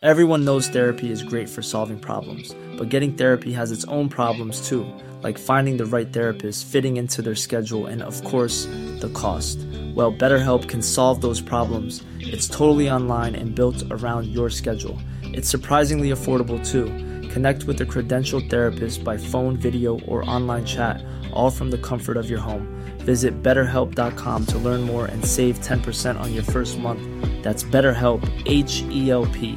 Everyone knows therapy is great for solving problems, but getting therapy has its own problems too, like finding the right therapist, fitting into their schedule, and of course, the cost. Well, BetterHelp can solve those problems. It's totally online and built around your schedule. It's surprisingly affordable too. Connect with a credentialed therapist by phone, video, or online chat, all from the comfort of your home. Visit BetterHelp.com to learn more and save 10% on your first month. That's BetterHelp, H-E-L-P.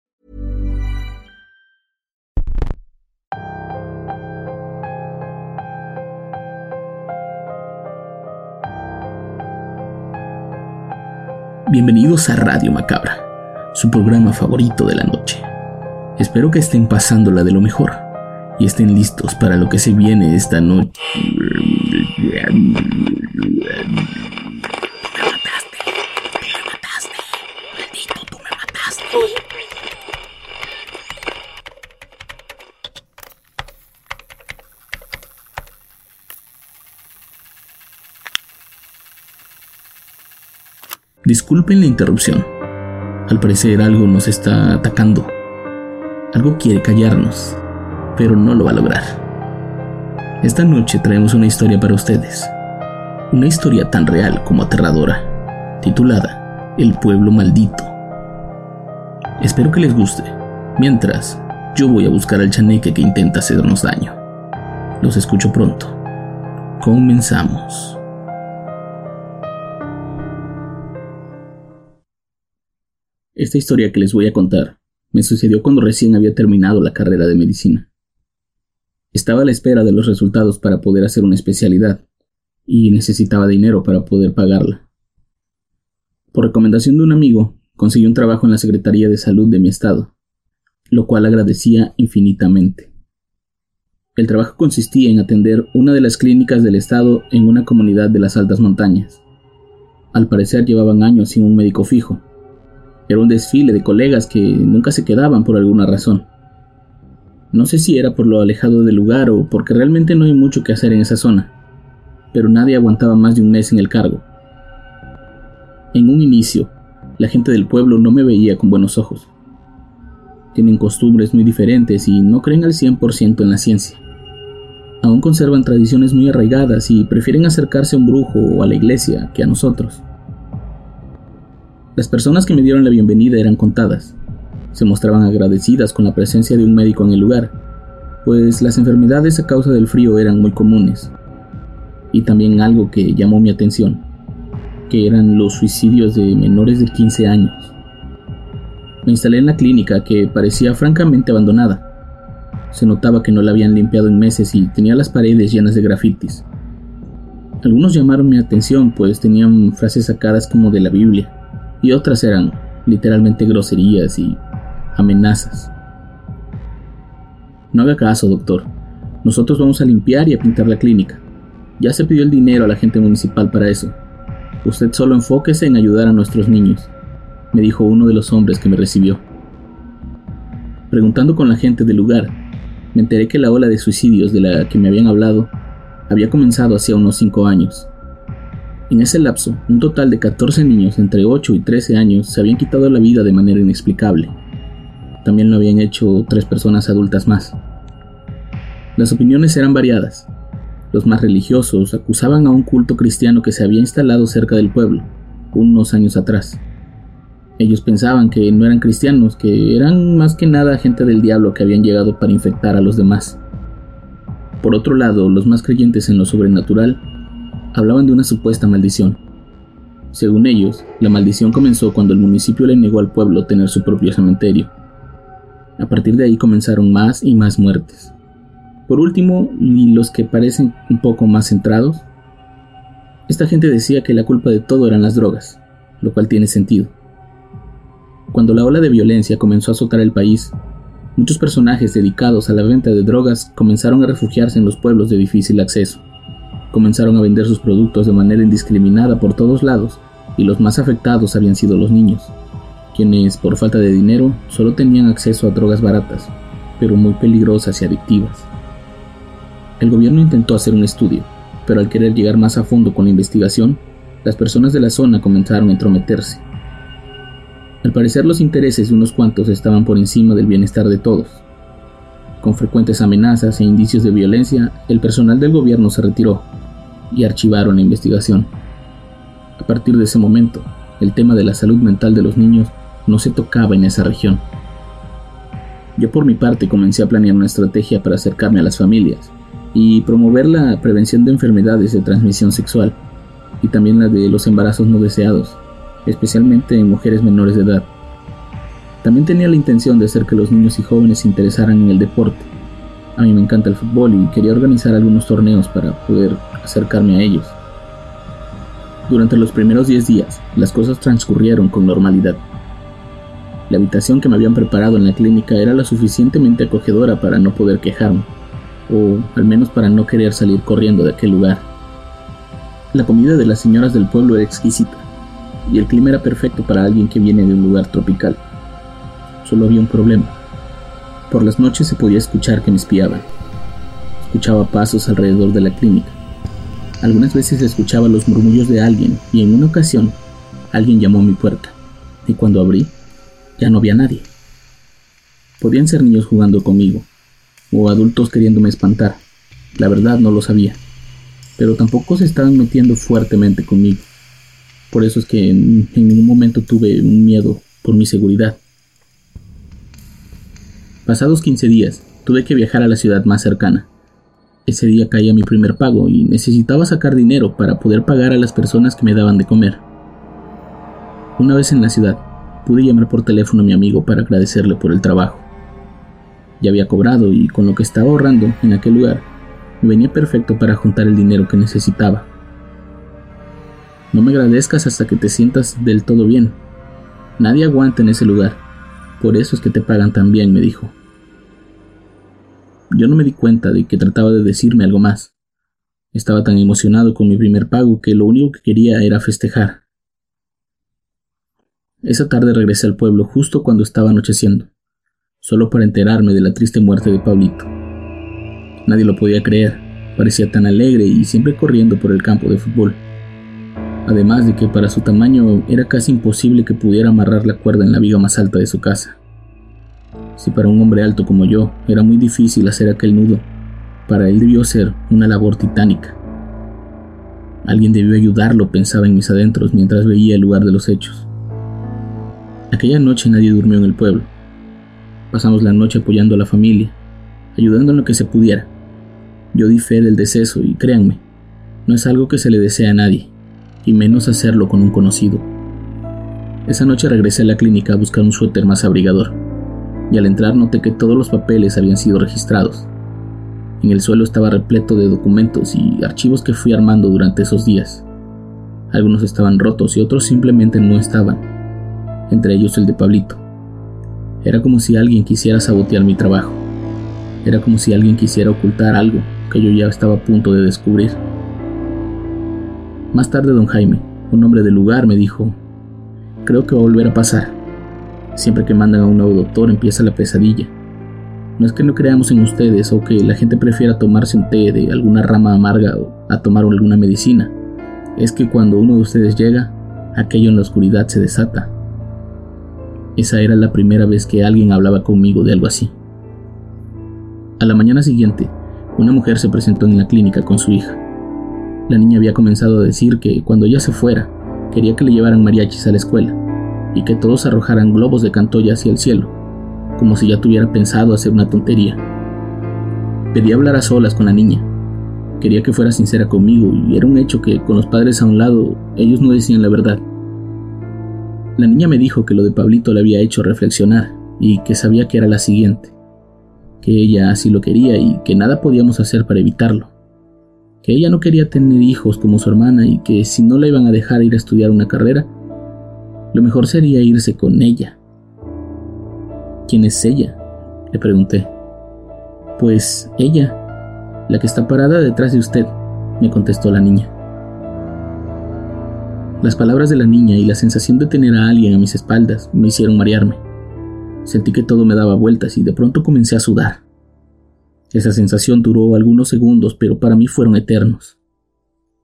Bienvenidos a Radio Macabra, su programa favorito de la noche. Espero que estén pasándola de lo mejor y estén listos para lo que se viene esta noche. Me mataste, maldito, tú me mataste. Disculpen la interrupción. Al parecer algo nos está atacando. Algo quiere callarnos, pero no lo va a lograr. Esta noche traemos una historia para ustedes. Una historia tan real como aterradora, titulada El Pueblo Maldito. Espero que les guste. Mientras, yo voy a buscar al chaneque que intenta hacernos daño. Los escucho pronto. Comenzamos. Esta historia que les voy a contar me sucedió cuando recién había terminado la carrera de medicina. Estaba a la espera de los resultados para poder hacer una especialidad y necesitaba dinero para poder pagarla. Por recomendación de un amigo, conseguí un trabajo en la Secretaría de Salud de mi estado, lo cual agradecía infinitamente. El trabajo consistía en atender una de las clínicas del estado en una comunidad de las altas montañas. Al parecer llevaban años sin un médico fijo. Era un desfile de colegas que nunca se quedaban por alguna razón. No sé si era por lo alejado del lugar o porque realmente no hay mucho que hacer en esa zona, pero nadie aguantaba más de un mes en el cargo. En un inicio, la gente del pueblo no me veía con buenos ojos. Tienen costumbres muy diferentes y no creen al 100% en la ciencia. Aún conservan tradiciones muy arraigadas y prefieren acercarse a un brujo o a la iglesia que a nosotros. Las personas que me dieron la bienvenida eran contadas. Se mostraban agradecidas con la presencia de un médico en el lugar, pues las enfermedades a causa del frío eran muy comunes. Y también algo que llamó mi atención, que eran los suicidios de menores de 15 años. Me instalé en la clínica, que parecía francamente abandonada. Se notaba que no la habían limpiado en meses y tenía las paredes llenas de grafitis. Algunos llamaron mi atención, pues tenían frases sacadas como de la Biblia, y otras eran literalmente groserías y amenazas. No haga caso, doctor. Nosotros vamos a limpiar y a pintar la clínica. Ya se pidió el dinero a la gente municipal para eso. Usted solo enfóquese en ayudar a nuestros niños, me dijo uno de los hombres que me recibió. Preguntando con la gente del lugar, me enteré que la ola de suicidios de la que me habían hablado había comenzado hacía unos 5 años. En ese lapso, un total de 14 niños entre 8 y 13 años se habían quitado la vida de manera inexplicable. También lo habían hecho 3 personas adultas más. Las opiniones eran variadas. Los más religiosos acusaban a un culto cristiano que se había instalado cerca del pueblo, unos años atrás. Ellos pensaban que no eran cristianos, que eran más que nada gente del diablo que habían llegado para infectar a los demás. Por otro lado, los más creyentes en lo sobrenatural hablaban de una supuesta maldición. Según ellos, la maldición comenzó cuando el municipio le negó al pueblo tener su propio cementerio. A partir de ahí comenzaron más y más muertes. Por último, y los que parecen un poco más centrados, esta gente decía que la culpa de todo eran las drogas, lo cual tiene sentido. Cuando la ola de violencia comenzó a azotar el país, muchos personajes dedicados a la venta de drogas comenzaron a refugiarse en los pueblos de difícil acceso. Comenzaron a vender sus productos de manera indiscriminada por todos lados, y los más afectados habían sido los niños, quienes por falta de dinero solo tenían acceso a drogas baratas, pero muy peligrosas y adictivas. El gobierno intentó hacer un estudio, pero al querer llegar más a fondo con la investigación, las personas de la zona comenzaron a entrometerse. Al parecer los intereses de unos cuantos estaban por encima del bienestar de todos. Con frecuentes amenazas e indicios de violencia, el personal del gobierno se retiró y archivaron la investigación. A partir de ese momento, el tema de la salud mental de los niños no se tocaba en esa región. Yo por mi parte comencé a planear una estrategia para acercarme a las familias y promover la prevención de enfermedades de transmisión sexual y también la de los embarazos no deseados, especialmente en mujeres menores de edad. También tenía la intención de hacer que los niños y jóvenes se interesaran en el deporte. A mí me encanta el fútbol y quería organizar algunos torneos para poder acercarme a ellos. Durante los primeros 10 días, las cosas transcurrieron con normalidad. La habitación que me habían preparado en la clínica era lo suficientemente acogedora para no poder quejarme, o al menos para no querer salir corriendo de aquel lugar. La comida de las señoras del pueblo era exquisita, y el clima era perfecto para alguien que viene de un lugar tropical. Solo había un problema. Por las noches se podía escuchar que me espiaban. Escuchaba pasos alrededor de la clínica. Algunas veces escuchaba los murmullos de alguien, y en una ocasión, alguien llamó a mi puerta, y cuando abrí, ya no había nadie. Podían ser niños jugando conmigo, o adultos queriéndome espantar. La verdad no lo sabía, pero tampoco se estaban metiendo fuertemente conmigo. Por eso es que en ningún momento tuve un miedo por mi seguridad. Pasados 15 días, tuve que viajar a la ciudad más cercana. Ese día caía mi primer pago y necesitaba sacar dinero para poder pagar a las personas que me daban de comer. Una vez en la ciudad, pude llamar por teléfono a mi amigo para agradecerle por el trabajo. Ya había cobrado y con lo que estaba ahorrando en aquel lugar, me venía perfecto para juntar el dinero que necesitaba. No me agradezcas hasta que te sientas del todo bien. Nadie aguanta en ese lugar. Por eso es que te pagan tan bien, me dijo. Yo no me di cuenta de que trataba de decirme algo más. Estaba tan emocionado con mi primer pago que lo único que quería era festejar. Esa tarde regresé al pueblo justo cuando estaba anocheciendo, solo para enterarme de la triste muerte de Pablito. Nadie lo podía creer, parecía tan alegre y siempre corriendo por el campo de fútbol. Además de que para su tamaño era casi imposible que pudiera amarrar la cuerda en la viga más alta de su casa. Si para un hombre alto como yo era muy difícil hacer aquel nudo, para él debió ser una labor titánica. Alguien debió ayudarlo, pensaba en mis adentros mientras veía el lugar de los hechos. Aquella noche nadie durmió en el pueblo. Pasamos la noche apoyando a la familia, ayudando en lo que se pudiera. Yo di fe del deceso y créanme, no es algo que se le desea a nadie, y menos hacerlo con un conocido. Esa noche regresé a la clínica a buscar un suéter más abrigador, y al entrar noté que todos los papeles habían sido registrados. En el suelo estaba repleto de documentos y archivos que fui armando durante esos días. Algunos estaban rotos y otros simplemente no estaban, entre ellos el de Pablito. Era como si alguien quisiera sabotear mi trabajo. Era como si alguien quisiera ocultar algo que yo ya estaba a punto de descubrir. Más tarde don Jaime, un hombre del lugar, me dijo: creo que va a volver a pasar. Siempre que mandan a un nuevo doctor empieza la pesadilla. No es que no creamos en ustedes o que la gente prefiera tomarse un té de alguna rama amarga o a tomar alguna medicina. Es que cuando uno de ustedes llega, aquello en la oscuridad se desata. Esa era la primera vez que alguien hablaba conmigo de algo así. A la mañana siguiente, una mujer se presentó en la clínica con su hija. La niña había comenzado a decir que cuando ella se fuera, quería que le llevaran mariachis a la escuela y que todos arrojaran globos de Cantoya hacia el cielo, como si ya tuviera pensado hacer una tontería. Pedí hablar a solas con la niña. Quería que fuera sincera conmigo y era un hecho que con los padres a un lado, ellos no decían la verdad. La niña me dijo que lo de Pablito le había hecho reflexionar y que sabía que era la siguiente, que ella así lo quería y que nada podíamos hacer para evitarlo, que ella no quería tener hijos como su hermana y que si no la iban a dejar ir a estudiar una carrera, lo mejor sería irse con ella. ¿Quién es ella?, le pregunté. Pues ella, la que está parada detrás de usted, me contestó la niña. Las palabras de la niña y la sensación de tener a alguien a mis espaldas me hicieron marearme. Sentí que todo me daba vueltas y de pronto comencé a sudar. Esa sensación duró algunos segundos, pero para mí fueron eternos.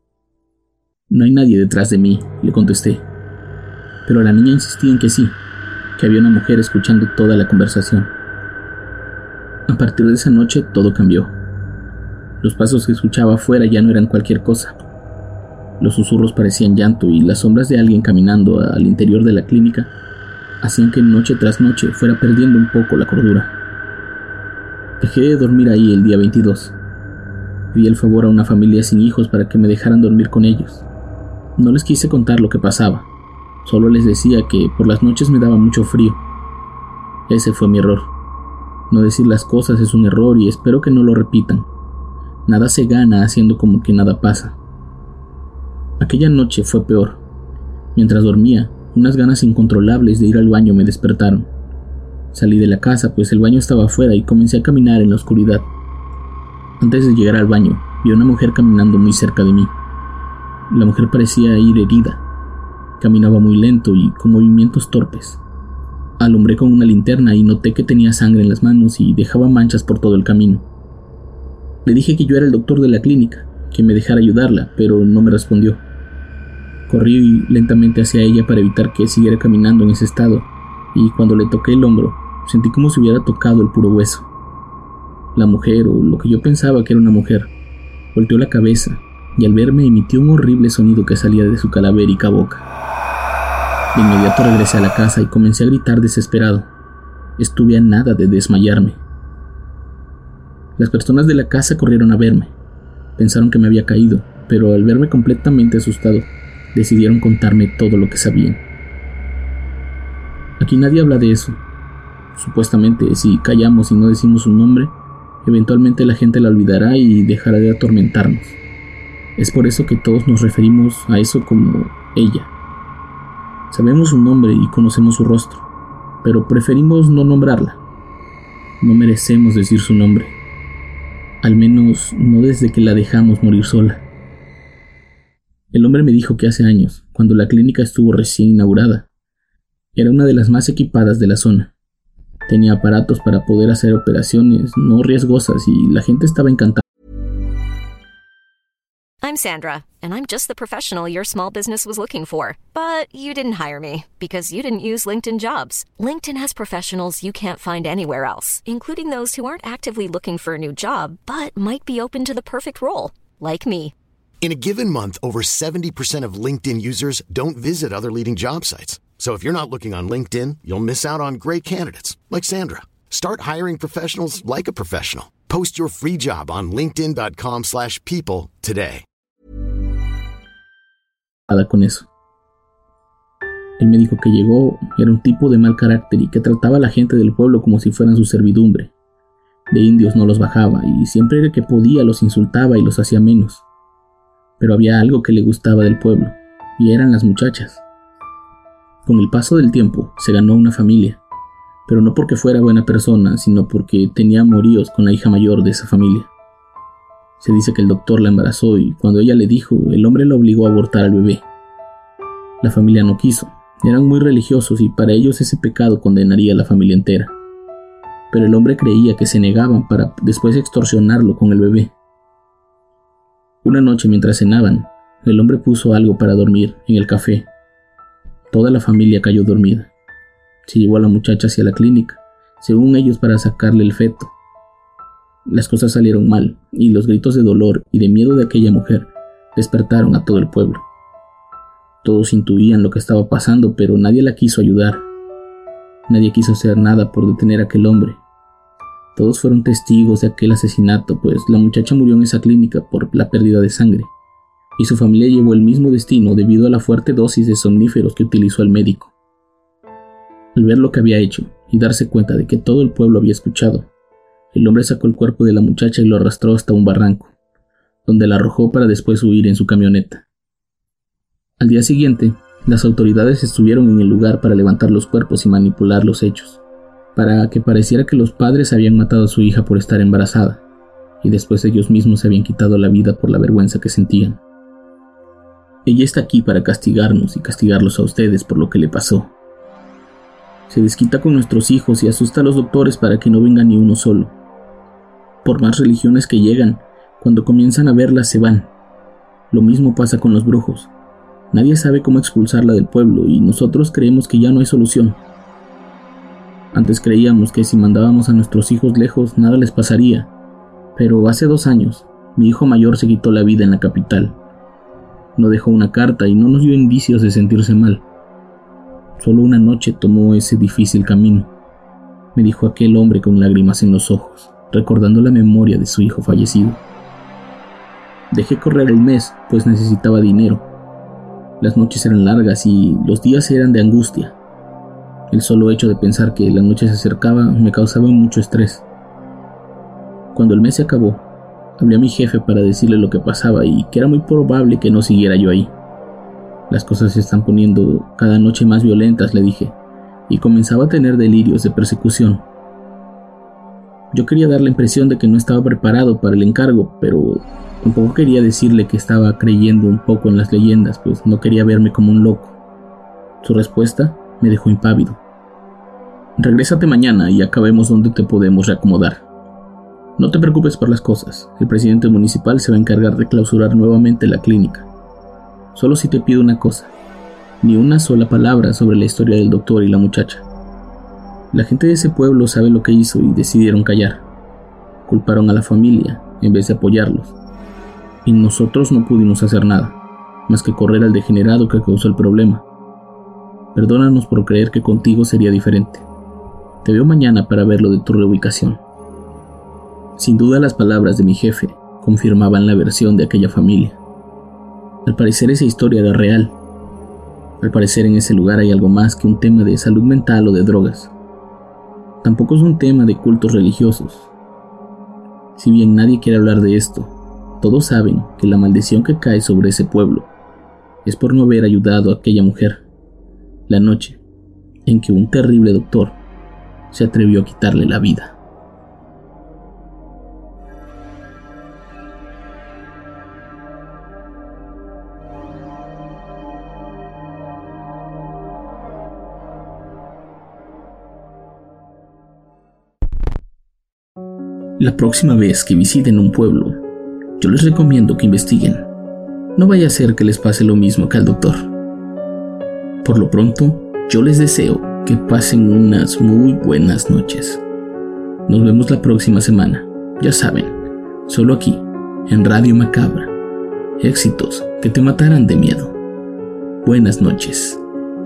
No hay nadie detrás de mí, le contesté. Pero la niña insistía en que sí, que había una mujer escuchando toda la conversación. A partir de esa noche todo cambió. Los pasos que escuchaba afuera ya no eran cualquier cosa. Los susurros parecían llanto y las sombras de alguien caminando al interior de la clínica hacían que noche tras noche fuera perdiendo un poco la cordura. Dejé de dormir ahí el día 22. Pedí el favor a una familia sin hijos para que me dejaran dormir con ellos. No les quise contar lo que pasaba, solo les decía que por las noches me daba mucho frío. Ese fue mi error. No decir las cosas es un error y espero que no lo repitan. Nada se gana haciendo como que nada pasa. Aquella noche fue peor. Mientras dormía, unas ganas incontrolables de ir al baño me despertaron. Salí de la casa, pues el baño estaba afuera, y comencé a caminar en la oscuridad. Antes de llegar al baño, vi a una mujer caminando muy cerca de mí. La mujer parecía ir herida. Caminaba muy lento y con movimientos torpes. Alumbré con una linterna y noté que tenía sangre en las manos y dejaba manchas por todo el camino. Le dije que yo era el doctor de la clínica, que me dejara ayudarla, pero no me respondió. Corrí lentamente hacia ella para evitar que siguiera caminando en ese estado, y cuando le toqué el hombro, sentí como si hubiera tocado el puro hueso. La mujer, o lo que yo pensaba que era una mujer, volteó la cabeza y al verme emitió un horrible sonido que salía de su calavérica boca. De inmediato regresé a la casa y comencé a gritar desesperado. Estuve a nada de desmayarme. Las personas de la casa corrieron a verme. Pensaron que me había caído, pero al verme completamente asustado, decidieron contarme todo lo que sabían. Aquí nadie habla de eso. Supuestamente, si callamos y no decimos su nombre, eventualmente la gente la olvidará y dejará de atormentarnos. Es por eso que todos nos referimos a eso como ella. Sabemos su nombre y conocemos su rostro, pero preferimos no nombrarla. No merecemos decir su nombre. Al menos no desde que la dejamos morir sola. El hombre me dijo que hace años, cuando la clínica estuvo recién inaugurada, era una de las más equipadas de la zona. Tenía aparatos para poder hacer operaciones no riesgosas y la gente estaba encantada. I'm Sandra, and I'm just the professional your small business was looking for. But you didn't hire me because you didn't use LinkedIn Jobs. LinkedIn has professionals you can't find anywhere else, including those who aren't actively looking for a new job, but might be open to the perfect role, like me. In a given month, over 70% of LinkedIn users don't visit other leading job sites. So if you're not looking on LinkedIn, you'll miss out on great candidates like Sandra. Start hiring professionals like a professional. Post your free job on linkedin.com/people today. Con eso. El médico que llegó era un tipo de mal carácter y que trataba a la gente del pueblo como si fueran su servidumbre. De indios no los bajaba y siempre que podía los insultaba y los hacía menos. Pero había algo que le gustaba del pueblo, y eran las muchachas. Con el paso del tiempo se ganó una familia, pero no porque fuera buena persona, sino porque tenía amoríos con la hija mayor de esa familia. Se dice que el doctor la embarazó y cuando ella le dijo, el hombre la obligó a abortar al bebé. La familia no quiso, eran muy religiosos y para ellos ese pecado condenaría a la familia entera. Pero el hombre creía que se negaban para después extorsionarlo con el bebé. Una noche mientras cenaban, el hombre puso algo para dormir en el café. Toda la familia cayó dormida. Se llevó a la muchacha hacia la clínica, según ellos para sacarle el feto. Las cosas salieron mal, y los gritos de dolor y de miedo de aquella mujer despertaron a todo el pueblo. Todos intuían lo que estaba pasando, pero nadie la quiso ayudar. Nadie quiso hacer nada por detener a aquel hombre. Todos fueron testigos de aquel asesinato, pues la muchacha murió en esa clínica por la pérdida de sangre, y su familia llevó el mismo destino debido a la fuerte dosis de somníferos que utilizó el médico. Al ver lo que había hecho y darse cuenta de que todo el pueblo había escuchado, el hombre sacó el cuerpo de la muchacha y lo arrastró hasta un barranco, donde la arrojó para después huir en su camioneta. Al día siguiente, las autoridades estuvieron en el lugar para levantar los cuerpos y manipular los hechos, para que pareciera que los padres habían matado a su hija por estar embarazada, y después ellos mismos se habían quitado la vida por la vergüenza que sentían. Ella está aquí para castigarnos y castigarlos a ustedes por lo que le pasó. Se desquita con nuestros hijos y asusta a los doctores para que no venga ni uno solo. Por más religiones que llegan, cuando comienzan a verlas se van. Lo mismo pasa con los brujos. Nadie sabe cómo expulsarla del pueblo y nosotros creemos que ya no hay solución. Antes creíamos que si mandábamos a nuestros hijos lejos nada les pasaría, pero hace 2 años mi hijo mayor se quitó la vida en la capital. No dejó una carta y no nos dio indicios de sentirse mal. Solo una noche tomó ese difícil camino, me dijo aquel hombre con lágrimas en los ojos, recordando la memoria de su hijo fallecido. Dejé correr el mes, pues necesitaba dinero. Las noches eran largas y los días eran de angustia. El solo hecho de pensar que la noche se acercaba me causaba mucho estrés. Cuando el mes se acabó, hablé a mi jefe para decirle lo que pasaba y que era muy probable que no siguiera yo ahí. Las cosas se están poniendo cada noche más violentas, le dije, y comenzaba a tener delirios de persecución. Yo quería dar la impresión de que no estaba preparado para el encargo, pero tampoco quería decirle que estaba creyendo un poco en las leyendas, pues no quería verme como un loco. Su respuesta me dejó impávido. Regrésate mañana y acabemos donde te podemos reacomodar. No te preocupes por las cosas, el presidente municipal se va a encargar de clausurar nuevamente la clínica. Solo si te pido una cosa, ni una sola palabra sobre la historia del doctor y la muchacha. La gente de ese pueblo sabe lo que hizo y decidieron callar. Culparon a la familia en vez de apoyarlos. Y nosotros no pudimos hacer nada, más que correr al degenerado que causó el problema. Perdónanos por creer que contigo sería diferente. Te veo mañana para ver lo de tu reubicación. Sin duda las palabras de mi jefe confirmaban la versión de aquella familia. Al parecer esa historia era real. Al parecer en ese lugar hay algo más que un tema de salud mental o de drogas. Tampoco es un tema de cultos religiosos. Si bien nadie quiere hablar de esto, todos saben que la maldición que cae sobre ese pueblo es por no haber ayudado a aquella mujer, la noche en que un terrible doctor se atrevió a quitarle la vida. La próxima vez que visiten un pueblo, yo les recomiendo que investiguen. No vaya a ser que les pase lo mismo que al doctor. Por lo pronto, yo les deseo que pasen unas muy buenas noches. Nos vemos la próxima semana, ya saben, solo aquí, en Radio Macabra. Éxitos que te matarán de miedo. Buenas noches.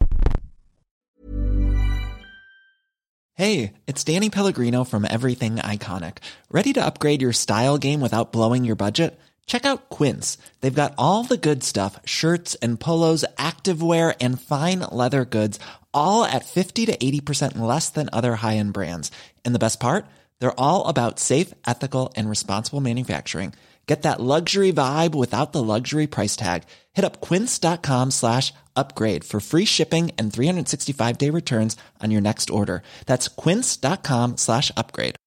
Hey, it's Danny Pellegrino from Everything Iconic. Ready to upgrade your style game without blowing your budget? Check out Quince. They've got all the good stuff, shirts and polos, activewear, and fine leather goods, all at 50 to 80% less than other high-end brands. And the best part? They're all about safe, ethical, and responsible manufacturing. Get that luxury vibe without the luxury price tag. Hit up quince.com/upgrade for free shipping and 365-day returns on your next order. That's quince.com/upgrade.